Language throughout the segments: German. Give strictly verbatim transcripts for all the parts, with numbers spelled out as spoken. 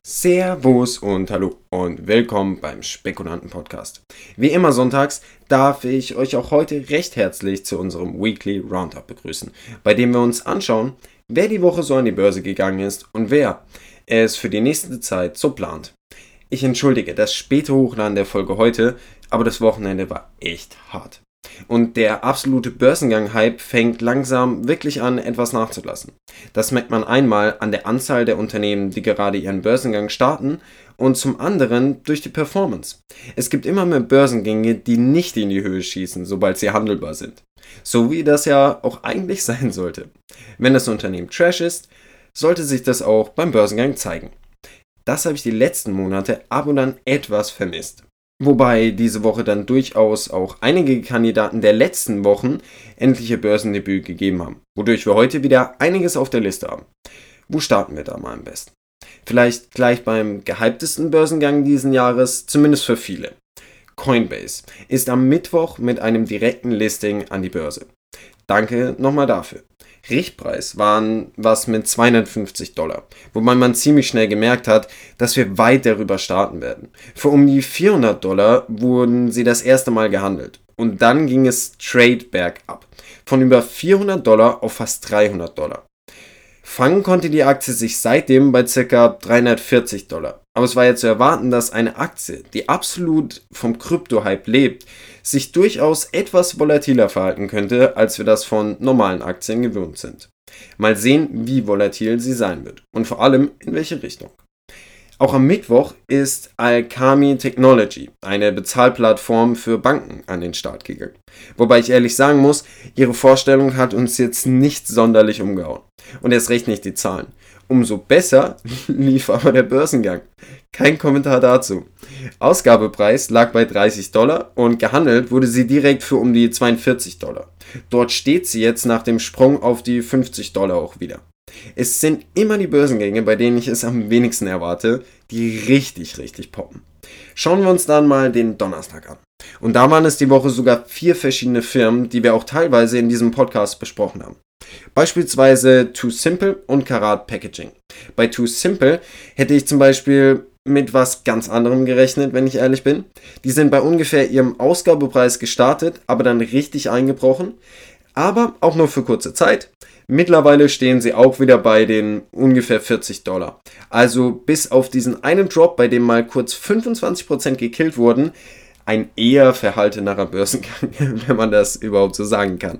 Servus und hallo und willkommen beim Spekulanten-Podcast. Wie immer sonntags darf ich euch auch heute recht herzlich zu unserem Weekly Roundup begrüßen, bei dem wir uns anschauen, wer die Woche so an die Börse gegangen ist und wer es für die nächste Zeit so plant. Ich entschuldige das späte Hochladen der Folge heute, aber das Wochenende war echt hart. Und der absolute Börsengang-Hype fängt langsam wirklich an, etwas nachzulassen. Das merkt man einmal an der Anzahl der Unternehmen, die gerade ihren Börsengang starten, und zum anderen durch die Performance. Es gibt immer mehr Börsengänge, die nicht in die Höhe schießen, sobald sie handelbar sind. So wie das ja auch eigentlich sein sollte. Wenn das Unternehmen Trash ist, sollte sich das auch beim Börsengang zeigen. Das habe ich die letzten Monate ab und an etwas vermisst. Wobei diese Woche dann durchaus auch einige Kandidaten der letzten Wochen endlich ihr Börsendebüt gegeben haben, wodurch wir heute wieder einiges auf der Liste haben. Wo starten wir da mal am besten? Vielleicht gleich beim gehyptesten Börsengang diesen Jahres, zumindest für viele. Coinbase ist am Mittwoch mit einem direkten Listing an die Börse. Danke nochmal dafür. Richtpreis waren was mit zweihundertfünfzig Dollar, wobei man ziemlich schnell gemerkt hat, dass wir weit darüber starten werden. Für um die vierhundert Dollar wurden sie das erste Mal gehandelt und dann ging es straight bergab, von über vierhundert Dollar auf fast dreihundert Dollar. Fangen konnte die Aktie sich seitdem bei ca. dreihundertvierzig Dollar. Aber es war ja zu erwarten, dass eine Aktie, die absolut vom Krypto-Hype lebt, sich durchaus etwas volatiler verhalten könnte, als wir das von normalen Aktien gewöhnt sind. Mal sehen, wie volatil sie sein wird und vor allem in welche Richtung. Auch am Mittwoch ist Alchemy Technology, eine Bezahlplattform für Banken, an den Start gegangen. Wobei ich ehrlich sagen muss, ihre Vorstellung hat uns jetzt nicht sonderlich umgehauen. Und erst recht nicht die Zahlen. Umso besser lief aber der Börsengang. Kein Kommentar dazu. Ausgabepreis lag bei dreißig Dollar und gehandelt wurde sie direkt für um die zweiundvierzig Dollar. Dort steht sie jetzt nach dem Sprung auf die fünfzig Dollar auch wieder. Es sind immer die Börsengänge, bei denen ich es am wenigsten erwarte, die richtig, richtig poppen. Schauen wir uns dann mal den Donnerstag an. Und da waren es die Woche sogar vier verschiedene Firmen, die wir auch teilweise in diesem Podcast besprochen haben. Beispielsweise Too Simple und Karat Packaging. Bei Too Simple hätte ich zum Beispiel mit was ganz anderem gerechnet, wenn ich ehrlich bin. Die sind bei ungefähr ihrem Ausgabepreis gestartet, aber dann richtig eingebrochen. Aber auch nur für kurze Zeit. Mittlerweile stehen sie auch wieder bei den ungefähr vierzig Dollar. Also bis auf diesen einen Drop, bei dem mal kurz fünfundzwanzig Prozent gekillt wurden, ein eher verhaltenerer Börsengang, wenn man das überhaupt so sagen kann.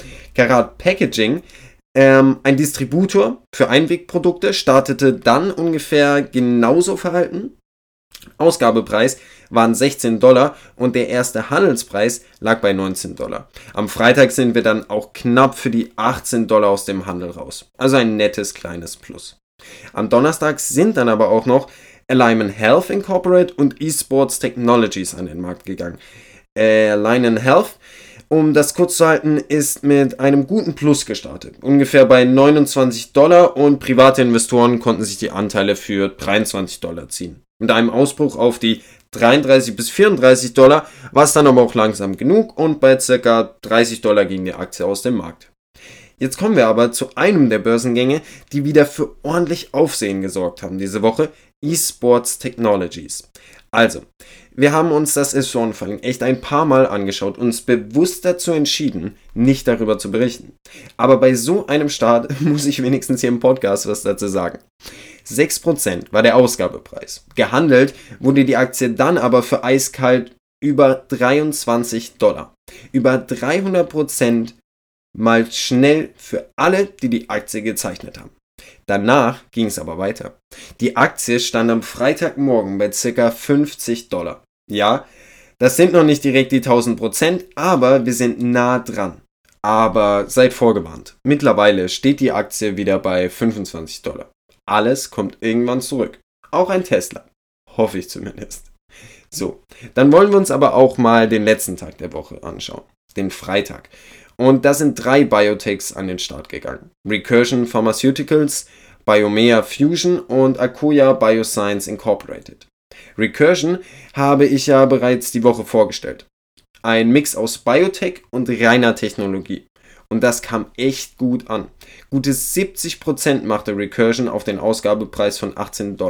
Karat Packaging, ähm, ein Distributor für Einwegprodukte, startete dann ungefähr genauso verhalten. Ausgabepreis waren sechzehn Dollar und der erste Handelspreis lag bei neunzehn Dollar. Am Freitag sind wir dann auch knapp für die achtzehn Dollar aus dem Handel raus. Also ein nettes kleines Plus. Am Donnerstag sind dann aber auch noch Alignment Health Incorporated und Esports Technologies an den Markt gegangen. Äh, Alignment Health, um das kurz zu halten, ist mit einem guten Plus gestartet. Ungefähr bei neunundzwanzig Dollar und private Investoren konnten sich die Anteile für dreiundzwanzig Dollar ziehen. Mit einem Ausbruch auf die dreiunddreißig bis vierunddreißig Dollar war es dann aber auch langsam genug und bei ca. dreißig Dollar ging die Aktie aus dem Markt. Jetzt kommen wir aber zu einem der Börsengänge, die wieder für ordentlich Aufsehen gesorgt haben diese Woche, Esports Technologies. Also, wir haben uns das S-One-Falling echt ein paar Mal angeschaut und uns bewusst dazu entschieden, nicht darüber zu berichten. Aber bei so einem Start muss ich wenigstens hier im Podcast was dazu sagen. sechs Prozent war der Ausgabepreis. Gehandelt wurde die Aktie dann aber für eiskalt über dreiundzwanzig Dollar. Über dreihundert Prozent mal schnell für alle, die die Aktie gezeichnet haben. Danach ging es aber weiter. Die Aktie stand am Freitagmorgen bei ca. fünfzig Dollar. Ja, das sind noch nicht direkt die tausend Prozent, aber wir sind nah dran. Aber seid vorgewarnt. Mittlerweile steht die Aktie wieder bei fünfundzwanzig Dollar. Alles kommt irgendwann zurück. Auch ein Tesla. Hoffe ich zumindest. So, dann wollen wir uns aber auch mal den letzten Tag der Woche anschauen. Den Freitag. Und da sind drei Biotechs an den Start gegangen. Recursion Pharmaceuticals, Biomea Fusion und Akoya Bioscience Incorporated. Recursion habe ich ja bereits die Woche vorgestellt. Ein Mix aus Biotech und reiner Technologie. Und das kam echt gut an. Gute siebzig Prozent machte Recursion auf den Ausgabepreis von achtzehn Dollar.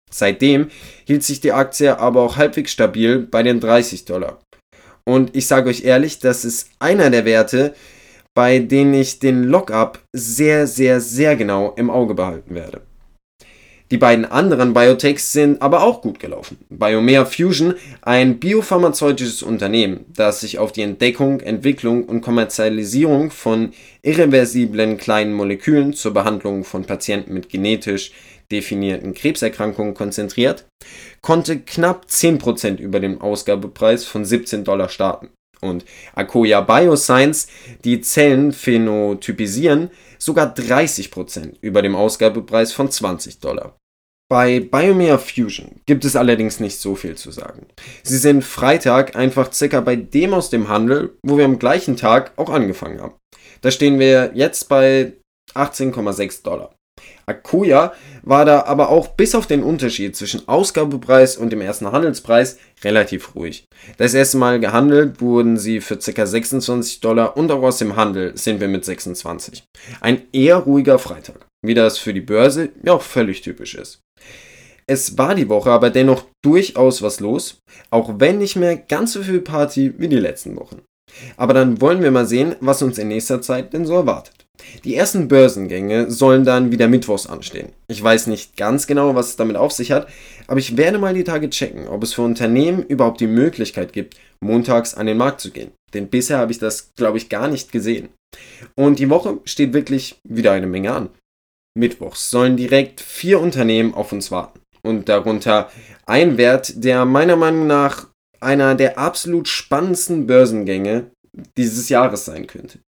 Seitdem hielt sich die Aktie aber auch halbwegs stabil bei den dreißig Dollar. Und ich sage euch ehrlich, das ist einer der Werte, bei denen ich den Lockup sehr, sehr, sehr genau im Auge behalten werde. Die beiden anderen Biotechs sind aber auch gut gelaufen. Biomea Fusion, ein biopharmazeutisches Unternehmen, das sich auf die Entdeckung, Entwicklung und Kommerzialisierung von irreversiblen kleinen Molekülen zur Behandlung von Patienten mit genetisch definierten Krebserkrankungen konzentriert, konnte knapp zehn Prozent über dem Ausgabepreis von siebzehn Dollar starten. Und Akoya Bioscience, die Zellen phänotypisieren, sogar dreißig Prozent über dem Ausgabepreis von zwanzig Dollar. Bei Biomea Fusion gibt es allerdings nicht so viel zu sagen. Sie sind Freitag einfach circa bei dem aus dem Handel, wo wir am gleichen Tag auch angefangen haben. Da stehen wir jetzt bei achtzehn Komma sechs Dollar. Akoya war da aber auch bis auf den Unterschied zwischen Ausgabepreis und dem ersten Handelspreis relativ ruhig. Das erste Mal gehandelt wurden sie für ca. sechsundzwanzig Dollar und auch aus dem Handel sind wir mit sechsundzwanzig. Ein eher ruhiger Freitag, wie das für die Börse ja auch völlig typisch ist. Es war die Woche aber dennoch durchaus was los, auch wenn nicht mehr ganz so viel Party wie die letzten Wochen. Aber dann wollen wir mal sehen, was uns in nächster Zeit denn so erwartet. Die ersten Börsengänge sollen dann wieder mittwochs anstehen. Ich weiß nicht ganz genau, was es damit auf sich hat, aber ich werde mal die Tage checken, ob es für Unternehmen überhaupt die Möglichkeit gibt, montags an den Markt zu gehen. Denn bisher habe ich das, glaube ich, gar nicht gesehen. Und die Woche steht wirklich wieder eine Menge an. Mittwochs sollen direkt vier Unternehmen auf uns warten. Und darunter ein Wert, der meiner Meinung nach einer der absolut spannendsten Börsengänge dieses Jahres sein könnte.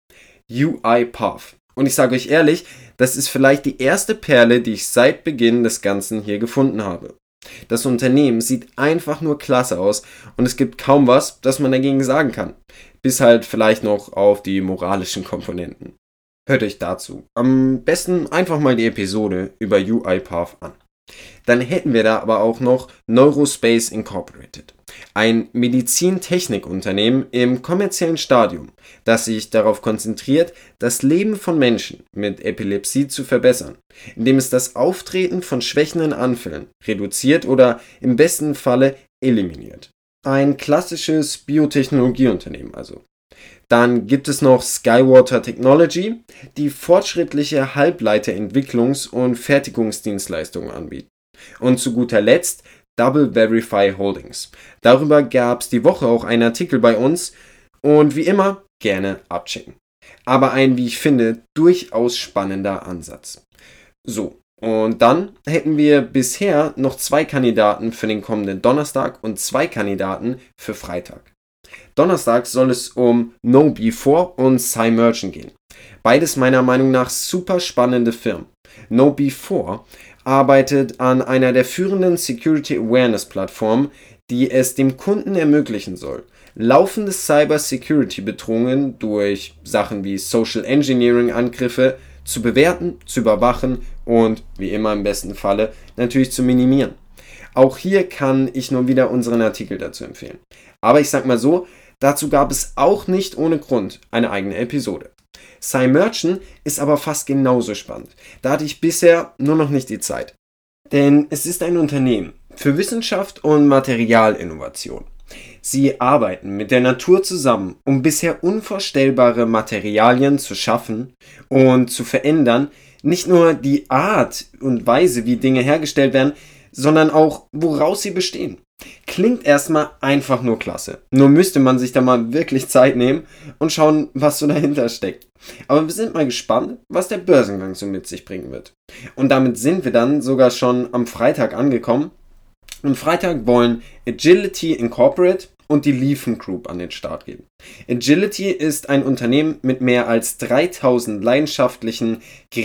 UiPath. Und ich sage euch ehrlich, das ist vielleicht die erste Perle, die ich seit Beginn des Ganzen hier gefunden habe. Das Unternehmen sieht einfach nur klasse aus und es gibt kaum was, das man dagegen sagen kann. Bis halt vielleicht noch auf die moralischen Komponenten. Hört euch dazu am besten einfach mal die Episode über UiPath an. Dann hätten wir da aber auch noch Neurospace Incorporated, ein Medizintechnikunternehmen im kommerziellen Stadium, das sich darauf konzentriert, das Leben von Menschen mit Epilepsie zu verbessern, indem es das Auftreten von schwächenden Anfällen reduziert oder im besten Falle eliminiert. Ein klassisches Biotechnologieunternehmen also. Dann gibt es noch Skywater Technology, die fortschrittliche Halbleiterentwicklungs- und Fertigungsdienstleistungen anbieten. Und zu guter Letzt Double Verify Holdings. Darüber gab es die Woche auch einen Artikel bei uns und wie immer gerne abchecken. Aber ein, wie ich finde, durchaus spannender Ansatz. So, und dann hätten wir bisher noch zwei Kandidaten für den kommenden Donnerstag und zwei Kandidaten für Freitag. Donnerstag soll es um Know Before und Cymergent gehen. Beides meiner Meinung nach super spannende Firmen. Know Before arbeitet an einer der führenden Security Awareness Plattformen, die es dem Kunden ermöglichen soll, laufende Cyber-Security-Bedrohungen durch Sachen wie Social Engineering-Angriffe zu bewerten, zu überwachen und, wie immer im besten Falle, natürlich zu minimieren. Auch hier kann ich nur wieder unseren Artikel dazu empfehlen. Aber ich sag mal so, dazu gab es auch nicht ohne Grund eine eigene Episode. Cymergent ist aber fast genauso spannend. Da hatte ich bisher nur noch nicht die Zeit. Denn es ist ein Unternehmen für Wissenschaft und Materialinnovation. Sie arbeiten mit der Natur zusammen, um bisher unvorstellbare Materialien zu schaffen und zu verändern. Nicht nur die Art und Weise, wie Dinge hergestellt werden, sondern auch, woraus sie bestehen. Klingt erstmal einfach nur klasse. Nur müsste man sich da mal wirklich Zeit nehmen und schauen, was so dahinter steckt. Aber wir sind mal gespannt, was der Börsengang so mit sich bringen wird. Und damit sind wir dann sogar schon am Freitag angekommen. Am Freitag wollen Agility Incorporated und die Leafen Group an den Start gehen. Agility ist ein Unternehmen mit mehr als dreitausend leidenschaftlichen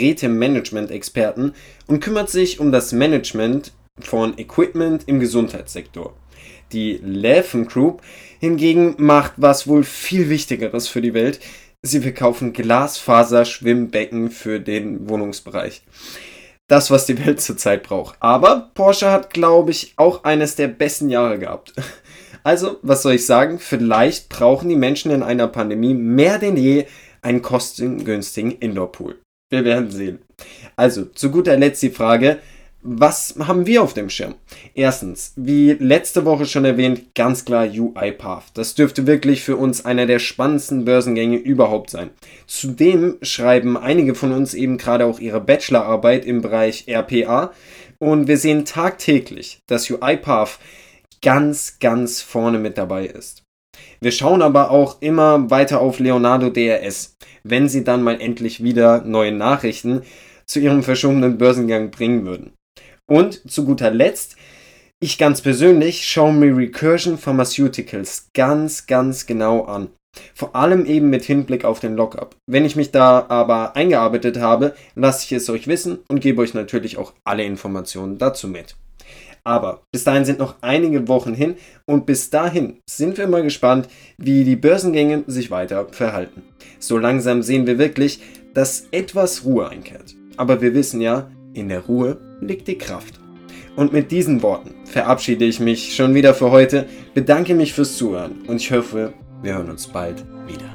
Gerätemanagement-Experten und kümmert sich um das Management von Equipment im Gesundheitssektor. Die Leafen Group hingegen macht was wohl viel Wichtigeres für die Welt. Sie verkaufen Glasfaser-Schwimmbecken für den Wohnungsbereich. Das, was die Welt zurzeit braucht. Aber Porsche hat, glaube ich, auch eines der besten Jahre gehabt. Also, was soll ich sagen? Vielleicht brauchen die Menschen in einer Pandemie mehr denn je einen kostengünstigen Indoor-Pool. Wir werden sehen. Also, zu guter Letzt die Frage, Was haben wir auf dem Schirm? Erstens, wie letzte Woche schon erwähnt, ganz klar U I Path. Das dürfte wirklich für uns einer der spannendsten Börsengänge überhaupt sein. Zudem schreiben einige von uns eben gerade auch ihre Bachelorarbeit im Bereich R P A und wir sehen tagtäglich, dass U I Path ganz, ganz vorne mit dabei ist. Wir schauen aber auch immer weiter auf Leonardo D R S, wenn sie dann mal endlich wieder neue Nachrichten zu ihrem verschobenen Börsengang bringen würden. Und zu guter Letzt, ich ganz persönlich schaue mir Recursion Pharmaceuticals ganz, ganz genau an. Vor allem eben mit Hinblick auf den Lockup. Wenn ich mich da aber eingearbeitet habe, lasse ich es euch wissen und gebe euch natürlich auch alle Informationen dazu mit. Aber bis dahin sind noch einige Wochen hin und bis dahin sind wir mal gespannt, wie die Börsengänge sich weiter verhalten. So langsam sehen wir wirklich, dass etwas Ruhe einkehrt. Aber wir wissen ja, in der Ruhe liegt die Kraft. Und mit diesen Worten verabschiede ich mich schon wieder für heute, bedanke mich fürs Zuhören und ich hoffe, wir hören uns bald wieder.